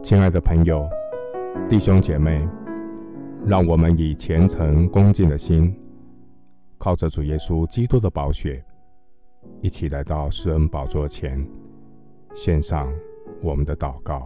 亲爱的朋友、弟兄姐妹，让我们以虔诚恭敬的心，靠着主耶稣基督的宝血，一起来到施恩宝座前，献上我们的祷告。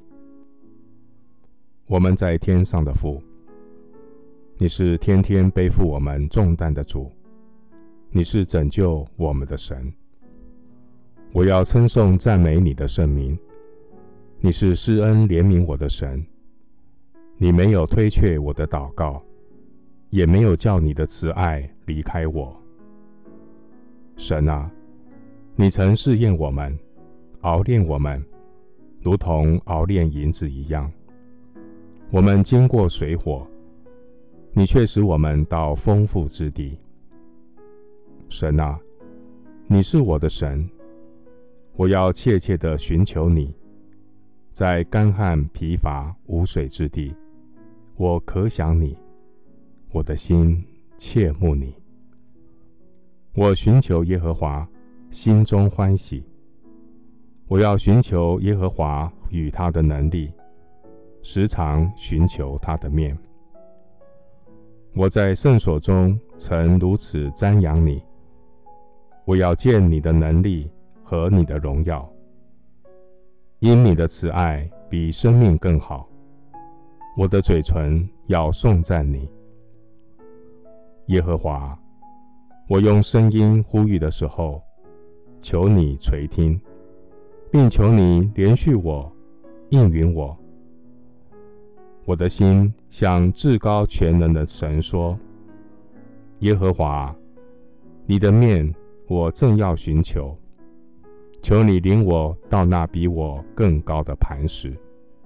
我们在天上的父，你是天天背负我们重担的主，你是拯救我们的神。我要称颂赞美你的圣名。你是施恩怜悯我的神，你没有推却我的祷告，也没有叫你的慈爱离开我。神啊，你曾试验我们，熬炼我们，如同熬炼银子一样。我们经过水火，你却使我们到丰富之地。神啊，你是我的神，我要切切地寻求你。在干旱疲乏无水之地，我可想你，我的心切慕你。我寻求耶和华，心中欢喜。我要寻求耶和华与他的能力，时常寻求他的面。我在圣所中曾如此瞻仰你，我要见你的能力和你的荣耀。因你的慈爱比生命更好，我的嘴唇要颂赞你。耶和华，我用声音呼吁的时候，求你垂听，并求你怜恤我，应允我。我的心向至高全能的神说：耶和华，你的面我正要寻求，求你领我到那比我更高的磐石。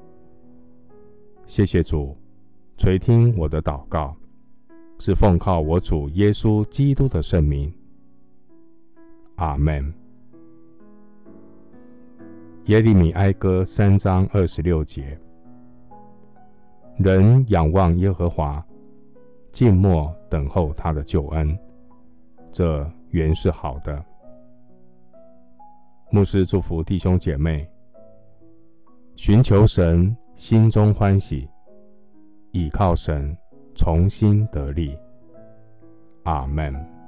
谢谢主，垂听我的祷告，是奉靠我主耶稣基督的圣名。阿们。耶利米哀歌3章26节：人仰望耶和华，静默等候他的救恩，这原是好的。牧师祝福弟兄姐妹，寻求神，心中欢喜；倚靠神，重新得力。阿们。